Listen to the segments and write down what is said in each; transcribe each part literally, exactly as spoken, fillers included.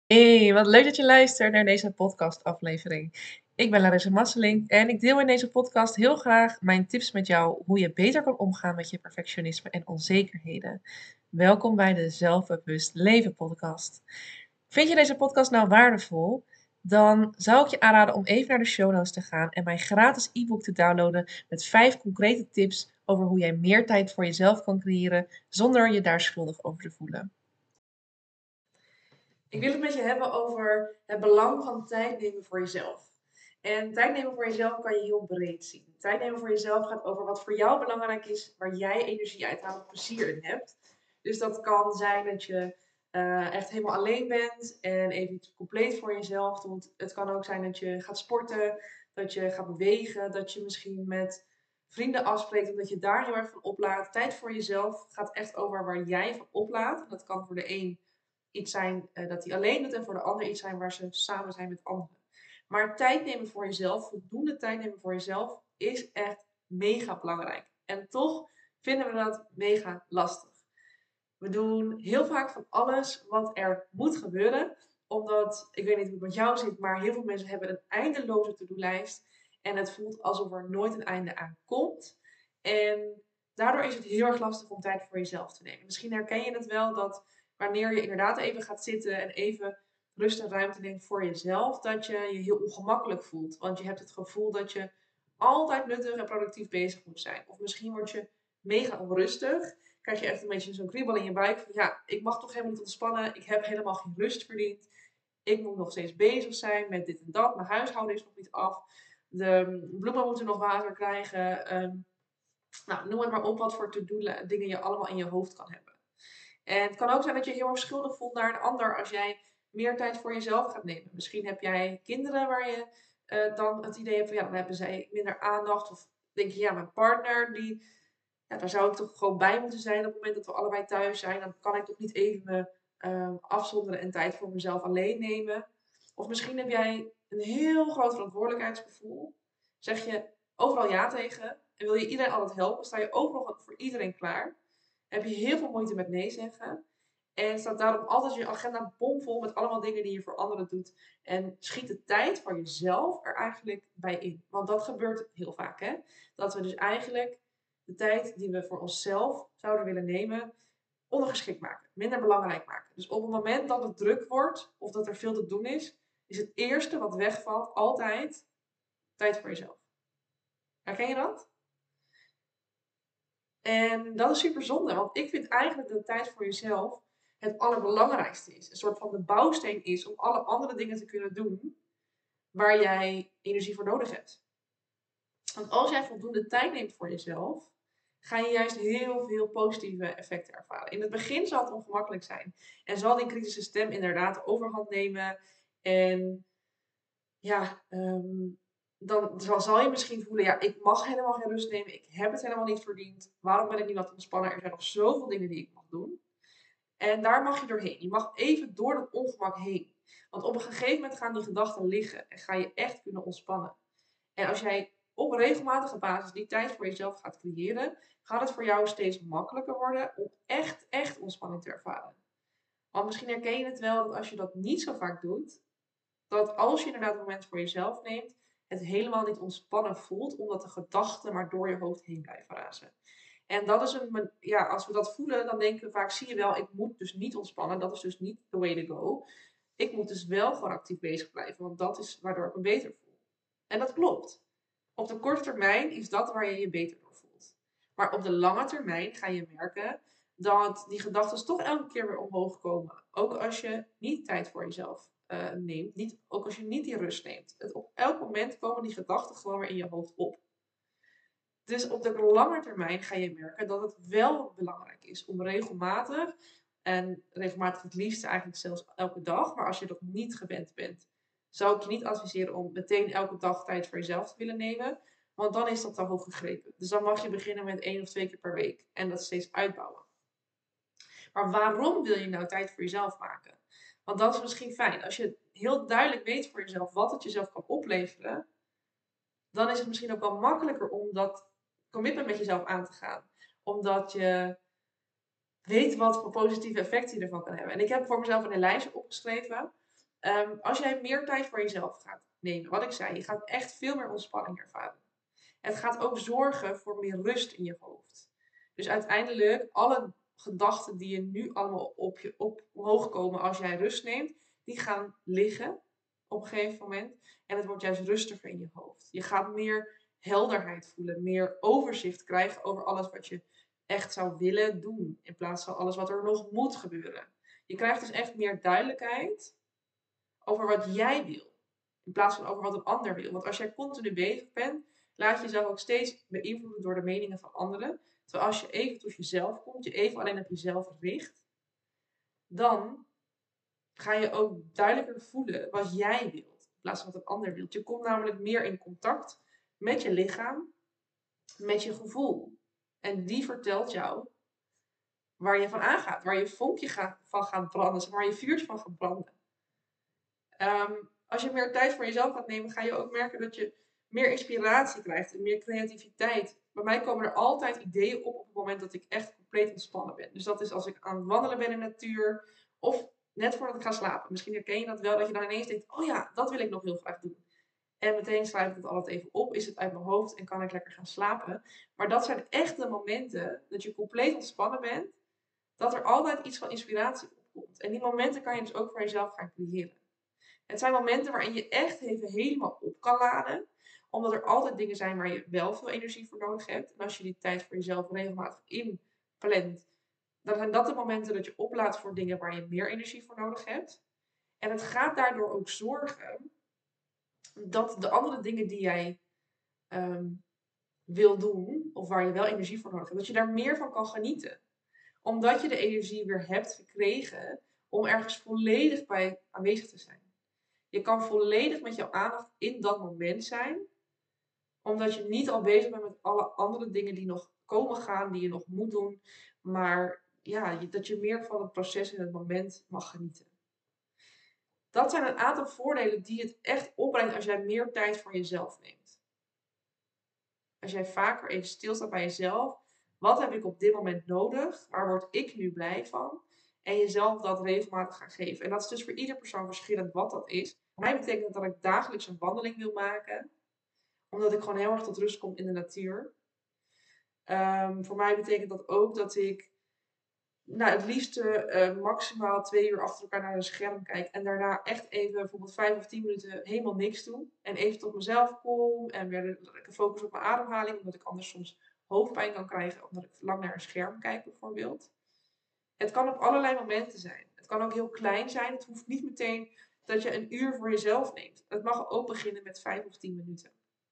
Hey, wat leuk dat je luistert naar deze podcastaflevering. Ik ben Larissa Masseling en ik deel in deze podcast heel graag mijn tips met jou hoe je beter kan omgaan met je perfectionisme en onzekerheden. Welkom bij de Zelfbewust Leven podcast. Vind je deze podcast nou waardevol? Dan zou ik je aanraden om even naar de show notes te gaan en mijn gratis e-book te downloaden met vijf concrete tips over hoe jij meer tijd voor jezelf kan creëren zonder je daar schuldig over te voelen. Ik wil het met je hebben over het belang van tijd nemen voor jezelf. En tijd nemen voor jezelf kan je heel breed zien. Tijd nemen voor jezelf gaat over wat voor jou belangrijk is, waar jij energie uithaalt, plezier in hebt. Dus dat kan zijn dat je eh, echt helemaal alleen bent en even iets compleet voor jezelf doet. Het kan ook zijn dat je gaat sporten, dat je gaat bewegen, dat je misschien met vrienden afspreekt omdat je daar heel erg van oplaadt. Tijd voor jezelf gaat echt over waar jij van oplaadt. En dat kan voor de een iets zijn uh, dat hij alleen doet en voor de ander iets zijn waar ze samen zijn met anderen. Maar tijd nemen voor jezelf, voldoende tijd nemen voor jezelf, is echt mega belangrijk. En toch vinden we dat mega lastig. We doen heel vaak van alles wat er moet gebeuren. Omdat, ik weet niet hoe het met jou zit, maar heel veel mensen hebben een eindeloze to-do-lijst. En het voelt alsof er nooit een einde aan komt. En daardoor is het heel erg lastig om tijd voor jezelf te nemen. Misschien herken je het wel dat wanneer je inderdaad even gaat zitten en even rust en ruimte neemt voor jezelf, dat je je heel ongemakkelijk voelt. Want je hebt het gevoel dat je altijd nuttig en productief bezig moet zijn. Of misschien word je mega onrustig, krijg je echt een beetje zo'n kriebel in je buik van ja, ik mag toch helemaal niet ontspannen, ik heb helemaal geen rust verdiend, ik moet nog steeds bezig zijn met dit en dat, mijn huishouden is nog niet af, de bloemen moeten nog water krijgen, um, nou, noem het maar op wat voor to-do dingen je allemaal in je hoofd kan hebben. En het kan ook zijn dat je heel erg schuldig voelt naar een ander als jij meer tijd voor jezelf gaat nemen. Misschien heb jij kinderen waar je uh, dan het idee hebt van ja, dan hebben zij minder aandacht. Of denk je ja, mijn partner, die, ja, daar zou ik toch gewoon bij moeten zijn op het moment dat we allebei thuis zijn. Dan kan ik toch niet even me uh, afzonderen en tijd voor mezelf alleen nemen. Of misschien heb jij een heel groot verantwoordelijkheidsgevoel. Zeg je overal ja tegen en wil je iedereen altijd helpen. Sta je overal voor iedereen klaar. Heb je heel veel moeite met nee zeggen. En staat daarom altijd je agenda bomvol met allemaal dingen die je voor anderen doet. En schiet de tijd voor jezelf er eigenlijk bij in. Want dat gebeurt heel vaak, hè. Dat we dus eigenlijk de tijd die we voor onszelf zouden willen nemen, ondergeschikt maken. Minder belangrijk maken. Dus op het moment dat het druk wordt, of dat er veel te doen is, is het eerste wat wegvalt altijd tijd voor jezelf. Herken je dat? En dat is super zonde, want ik vind eigenlijk dat tijd voor jezelf het allerbelangrijkste is. Een soort van de bouwsteen is om alle andere dingen te kunnen doen waar jij energie voor nodig hebt. Want als jij voldoende tijd neemt voor jezelf, ga je juist heel veel positieve effecten ervaren. In het begin zal het ongemakkelijk zijn. En zal die kritische stem inderdaad overhand nemen. En ja, um, dan zal je misschien voelen, ja, ik mag helemaal geen rust nemen. Ik heb het helemaal niet verdiend. Waarom ben ik niet wat ontspannen? Er zijn nog zoveel dingen die ik mag doen. En daar mag je doorheen. Je mag even door dat ongemak heen. Want op een gegeven moment gaan die gedachten liggen. En ga je echt kunnen ontspannen. En als jij op regelmatige basis die tijd voor jezelf gaat creëren, gaat het voor jou steeds makkelijker worden om echt, echt ontspanning te ervaren. Want misschien herken je het wel dat als je dat niet zo vaak doet, dat als je inderdaad een moment voor jezelf neemt, het helemaal niet ontspannen voelt, omdat de gedachten maar door je hoofd heen blijven razen. En dat is een, ja, als we dat voelen, dan denken we vaak, zie je wel, ik moet dus niet ontspannen. Dat is dus niet the way to go. Ik moet dus wel gewoon actief bezig blijven, want dat is waardoor ik me beter voel. En dat klopt. Op de korte termijn is dat waar je je beter door voelt. Maar op de lange termijn ga je merken dat die gedachten toch elke keer weer omhoog komen. Ook als je niet tijd voor jezelf uh, neemt. Niet, ook als je niet die rust neemt. Het, op elk moment komen die gedachten gewoon weer in je hoofd op. Dus op de lange termijn ga je merken dat het wel belangrijk is om regelmatig, en regelmatig het liefst eigenlijk zelfs elke dag, maar als je dat niet gewend bent, zou ik je niet adviseren om meteen elke dag tijd voor jezelf te willen nemen, want dan is dat te hoog gegrepen. Dus dan mag je beginnen met één of twee keer per week en dat steeds uitbouwen. Maar waarom wil je nou tijd voor jezelf maken? Want dat is misschien fijn. Als je heel duidelijk weet voor jezelf wat het jezelf kan opleveren, dan is het misschien ook wel makkelijker om dat commitment met jezelf aan te gaan. Omdat je weet wat voor positieve effecten je ervan kan hebben. En ik heb voor mezelf een lijstje opgeschreven Um, als jij meer tijd voor jezelf gaat nemen, wat ik zei, je gaat echt veel meer ontspanning ervaren. Het gaat ook zorgen voor meer rust in je hoofd. Dus uiteindelijk, alle gedachten die je nu allemaal op je op omhoog komen als jij rust neemt, die gaan liggen op een gegeven moment. En het wordt juist rustiger in je hoofd. Je gaat meer helderheid voelen, meer overzicht krijgen over alles wat je echt zou willen doen. In plaats van alles wat er nog moet gebeuren. Je krijgt dus echt meer duidelijkheid over wat jij wil. In plaats van over wat een ander wil. Want als jij continu bezig bent, laat je jezelf ook steeds beïnvloeden door de meningen van anderen. Terwijl als je even tot jezelf komt, je even alleen op jezelf richt, dan ga je ook duidelijker voelen wat jij wilt. In plaats van wat een ander wilt. Je komt namelijk meer in contact met je lichaam, met je gevoel. En die vertelt jou waar je van aangaat. Waar je vonkje gaat, van gaat branden. Waar je vuurtje van gaat branden. Um, als je meer tijd voor jezelf gaat nemen, ga je ook merken dat je meer inspiratie krijgt en meer creativiteit. Bij mij komen er altijd ideeën op op het moment dat ik echt compleet ontspannen ben. Dus dat is als ik aan het wandelen ben in de natuur of net voordat ik ga slapen. Misschien herken je dat wel, dat je dan ineens denkt, oh ja, dat wil ik nog heel graag doen. En meteen schrijf ik het altijd even op, is het uit mijn hoofd en kan ik lekker gaan slapen. Maar dat zijn echt de momenten dat je compleet ontspannen bent, dat er altijd iets van inspiratie opkomt. En die momenten kan je dus ook voor jezelf gaan creëren. Het zijn momenten waarin je echt even helemaal op kan laden. Omdat er altijd dingen zijn waar je wel veel energie voor nodig hebt. En als je die tijd voor jezelf regelmatig inplant, dan zijn dat de momenten dat je oplaadt voor dingen waar je meer energie voor nodig hebt. En het gaat daardoor ook zorgen dat de andere dingen die jij um, wil doen, of waar je wel energie voor nodig hebt, dat je daar meer van kan genieten. Omdat je de energie weer hebt gekregen om ergens volledig bij aanwezig te zijn. Je kan volledig met jouw aandacht in dat moment zijn. Omdat je niet al bezig bent met alle andere dingen die nog komen gaan, die je nog moet doen. Maar ja, dat je meer van het proces in het moment mag genieten. Dat zijn een aantal voordelen die het echt opbrengt als jij meer tijd voor jezelf neemt. Als jij vaker even stilstaat bij jezelf. Wat heb ik op dit moment nodig? Waar word ik nu blij van? En jezelf dat regelmatig gaan geven. En dat is dus voor ieder persoon verschillend wat dat is. Voor mij betekent dat dat ik dagelijks een wandeling wil maken. Omdat ik gewoon heel erg tot rust kom in de natuur. Um, voor mij betekent dat ook dat ik nou, het liefst uh, maximaal twee uur achter elkaar naar een scherm kijk. En daarna echt even bijvoorbeeld vijf of tien minuten helemaal niks doe. En even tot mezelf kom. En weer lekker focus op mijn ademhaling. Omdat ik anders soms hoofdpijn kan krijgen. Omdat ik lang naar een scherm kijk bijvoorbeeld. Het kan op allerlei momenten zijn. Het kan ook heel klein zijn. Het hoeft niet meteen dat je een uur voor jezelf neemt. Het mag ook beginnen met vijf of tien minuten.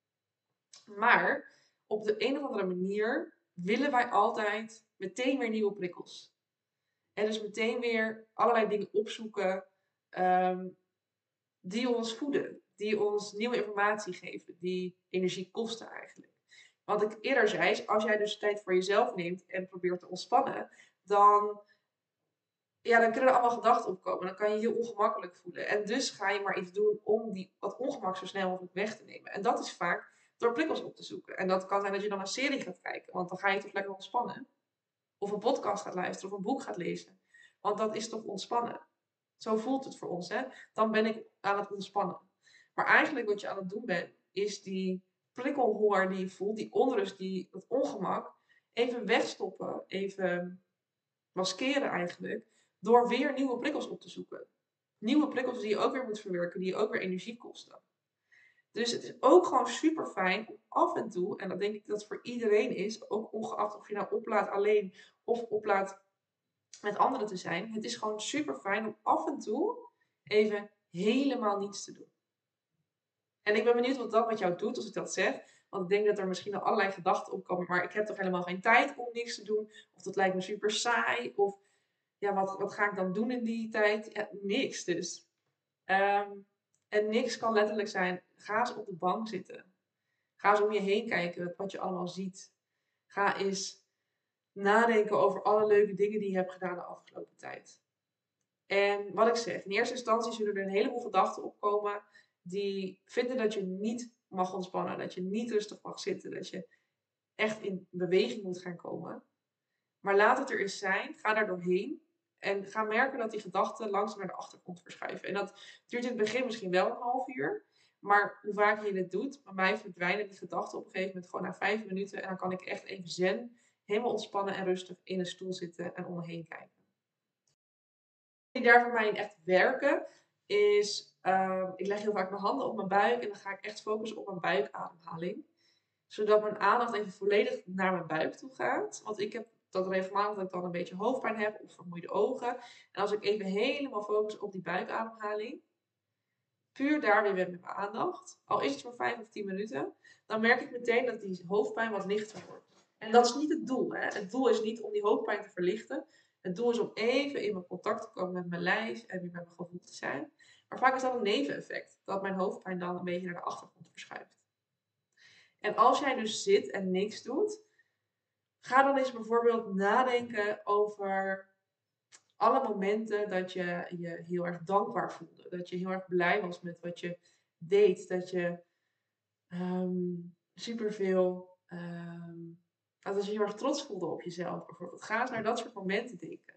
Maar op de een of andere manier willen wij altijd meteen weer nieuwe prikkels. En dus meteen weer allerlei dingen opzoeken um, die ons voeden. Die ons nieuwe informatie geven. Die energie kosten eigenlijk. Wat ik eerder zei is, als jij dus tijd voor jezelf neemt en probeert te ontspannen, dan, ja, dan kunnen er allemaal gedachten opkomen. Dan kan je je heel ongemakkelijk voelen. En dus ga je maar iets doen om die, dat ongemak zo snel mogelijk weg te nemen. En dat is vaak door prikkels op te zoeken. En dat kan zijn dat je dan een serie gaat kijken, want dan ga je toch lekker ontspannen. Of een podcast gaat luisteren of een boek gaat lezen. Want dat is toch ontspannen. Zo voelt het voor ons, hè. Dan ben ik aan het ontspannen. Maar eigenlijk wat je aan het doen bent, is die prikkelhonger die je voelt, die onrust, die, dat ongemak, even wegstoppen, even maskeren eigenlijk, door weer nieuwe prikkels op te zoeken. Nieuwe prikkels die je ook weer moet verwerken, die je ook weer energie kosten. Dus het is ook gewoon super fijn om af en toe, en dat denk ik dat het voor iedereen is, ook ongeacht of je nou oplaadt alleen of oplaadt met anderen te zijn. Het is gewoon super fijn om af en toe even helemaal niets te doen. En ik ben benieuwd wat dat met jou doet als ik dat zeg. Want ik denk dat er misschien al allerlei gedachten opkomen. Maar ik heb toch helemaal geen tijd om niks te doen. Of dat lijkt me super saai. Of ja, wat, wat ga ik dan doen in die tijd? Ja, niks dus. Um, en niks kan letterlijk zijn, ga eens op de bank zitten. Ga eens om je heen kijken wat je allemaal ziet. Ga eens nadenken over alle leuke dingen die je hebt gedaan de afgelopen tijd. En wat ik zeg, in eerste instantie zullen er een heleboel gedachten opkomen die vinden dat je niet mag ontspannen, dat je niet rustig mag zitten, dat je echt in beweging moet gaan komen. Maar laat het er eens zijn, ga daar doorheen En ga merken dat die gedachten langzaam naar de achtergrond verschuiven. En dat duurt in het begin misschien wel een half uur. Maar hoe vaker je dit doet, bij mij verdwijnen die gedachten op een gegeven moment gewoon na vijf minuten. En dan kan ik echt even zen, helemaal ontspannen en rustig in een stoel zitten en om me heen kijken. Die daar voor mij in echt werken, is, ehm, ik leg heel vaak mijn handen op mijn buik en dan ga ik echt focussen op mijn buikademhaling. Zodat mijn aandacht even volledig naar mijn buik toe gaat. Want ik heb dat regelmatig dat ik dan een beetje hoofdpijn heb of vermoeide ogen. En als ik even helemaal focus op die buikademhaling, puur daar weer met mijn aandacht, al is het voor vijf of tien minuten, dan merk ik meteen dat die hoofdpijn wat lichter wordt. En dat is niet het doel. Hè? Het doel is niet om die hoofdpijn te verlichten. Het doel is om even in mijn contact te komen met mijn lijf en weer met mijn gevoel te zijn. Maar vaak is dat een neveneffect, dat mijn hoofdpijn dan een beetje naar de achtergrond verschuift. En als jij dus zit en niks doet, ga dan eens bijvoorbeeld nadenken over alle momenten dat je je heel erg dankbaar voelde. Dat je heel erg blij was met wat je deed. Dat je um, superveel, um, dat je heel erg trots voelde op jezelf bijvoorbeeld. Ga eens naar dat soort momenten denken.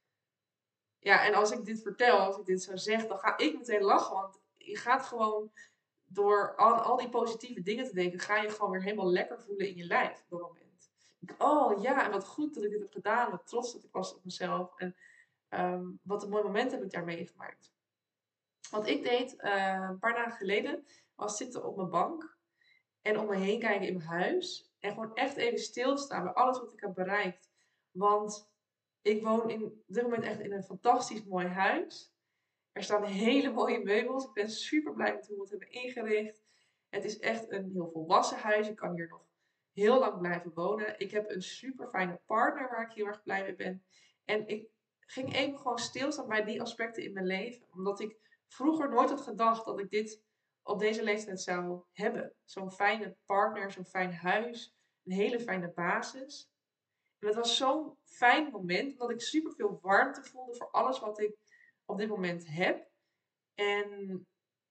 Ja, en als ik dit vertel, als ik dit zo zeg, dan ga ik meteen lachen. Want je gaat gewoon door al, al die positieve dingen te denken, ga je gewoon weer helemaal lekker voelen in je lijf op dat moment. Ik, oh ja, en wat goed dat ik dit heb gedaan. Wat trots dat ik was op mezelf. En um, wat een mooi moment heb ik daar meegemaakt. Wat ik deed uh, een paar dagen geleden, was zitten op mijn bank. En om me heen kijken in mijn huis. En gewoon echt even stilstaan bij alles wat ik heb bereikt. Want ik woon in, op dit moment echt in een fantastisch mooi huis. Er staan hele mooie meubels. Ik ben super blij met hoe we het hebben ingericht. Het is echt een heel volwassen huis. Ik kan hier nog heel lang blijven wonen. Ik heb een super fijne partner waar ik heel erg blij mee ben. En ik ging even gewoon stilstaan bij die aspecten in mijn leven. Omdat ik vroeger nooit had gedacht dat ik dit op deze leeftijd zou hebben. Zo'n fijne partner, zo'n fijn huis, een hele fijne basis. En het was zo'n fijn moment, omdat ik super veel warmte voelde voor alles wat ik op dit moment heb. En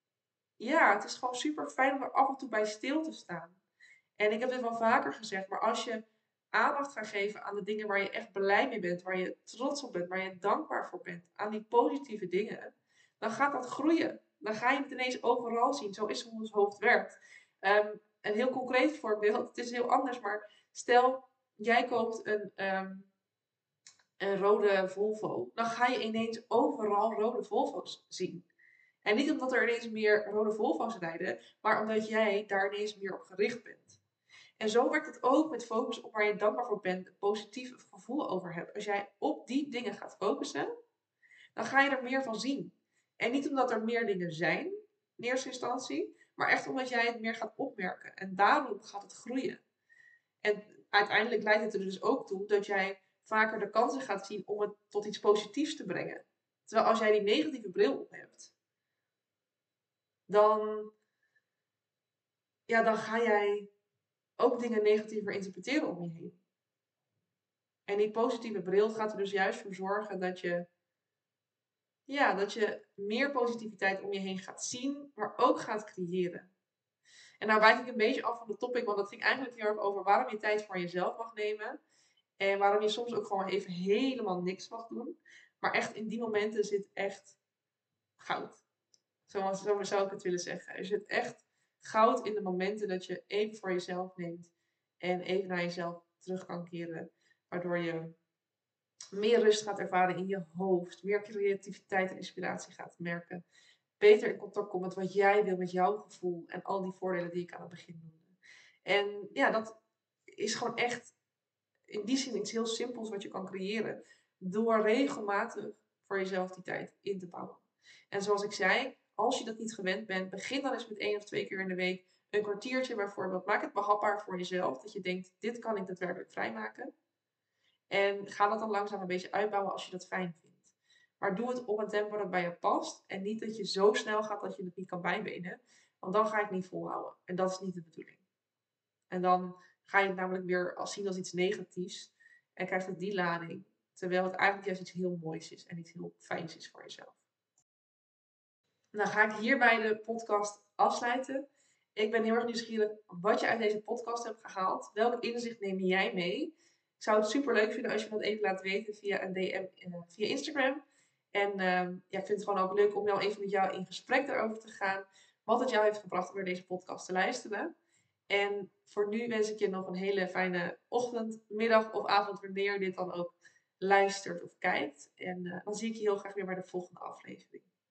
ja, het is gewoon super fijn om er af en toe bij stil te staan. En ik heb dit wel vaker gezegd, maar als je aandacht gaat geven aan de dingen waar je echt blij mee bent, waar je trots op bent, waar je dankbaar voor bent, aan die positieve dingen, dan gaat dat groeien. Dan ga je het ineens overal zien. Zo is hoe ons hoofd werkt. Um, een heel concreet voorbeeld, het is heel anders, maar stel jij koopt een, um, een rode Volvo, dan ga je ineens overal rode Volvo's zien. En niet omdat er ineens meer rode Volvo's rijden, maar omdat jij daar ineens meer op gericht bent. En zo werkt het ook met focus op waar je dankbaar voor bent, een positief gevoel over hebt. Als jij op die dingen gaat focussen, dan ga je er meer van zien. En niet omdat er meer dingen zijn, in eerste instantie, maar echt omdat jij het meer gaat opmerken. En daarom gaat het groeien. En uiteindelijk leidt het er dus ook toe dat jij vaker de kansen gaat zien om het tot iets positiefs te brengen. Terwijl als jij die negatieve bril op hebt, dan, ja, dan ga jij ook dingen negatiever interpreteren om je heen. En die positieve bril gaat er dus juist voor zorgen dat je, ja, dat je meer positiviteit om je heen gaat zien, maar ook gaat creëren. En nou wijk ik een beetje af van de topic, want dat ging eigenlijk heel erg over waarom je tijd voor jezelf mag nemen. En waarom je soms ook gewoon even helemaal niks mag doen. Maar echt in die momenten zit echt goud. Zo, zo zou ik het willen zeggen. Er zit echt goud in de momenten dat je even voor jezelf neemt. En even naar jezelf terug kan keren. Waardoor je meer rust gaat ervaren in je hoofd. Meer creativiteit en inspiratie gaat merken. Beter in contact komt met wat jij wil, met jouw gevoel. En al die voordelen die ik aan het begin noemde. En ja, dat is gewoon echt in die zin iets heel simpels wat je kan creëren. Door regelmatig voor jezelf die tijd in te bouwen. En zoals ik zei, als je dat niet gewend bent, begin dan eens met één of twee keer in de week. Een kwartiertje bijvoorbeeld. Maak het behapbaar voor jezelf. Dat je denkt, dit kan ik daadwerkelijk vrijmaken. En ga dat dan langzaam een beetje uitbouwen als je dat fijn vindt. Maar doe het op een tempo dat bij je past. En niet dat je zo snel gaat dat je het niet kan bijbenen. Want dan ga je het niet volhouden. En dat is niet de bedoeling. En dan ga je het namelijk weer als zien als iets negatiefs. En krijgt het die lading. Terwijl het eigenlijk juist iets heel moois is. En iets heel fijns is voor jezelf. Nou ga ik hierbij de podcast afsluiten. Ik ben heel erg nieuwsgierig wat je uit deze podcast hebt gehaald. Welk inzicht neem jij mee? Ik zou het super leuk vinden als je me dat even laat weten via een D M uh, via Instagram. En uh, ja, ik vind het gewoon ook leuk om jou even met jou in gesprek daarover te gaan. Wat het jou heeft gebracht om naar deze podcast te luisteren. En voor nu wens ik je nog een hele fijne ochtend, middag of avond, wanneer je dit dan ook luistert of kijkt. En uh, dan zie ik je heel graag weer bij de volgende aflevering.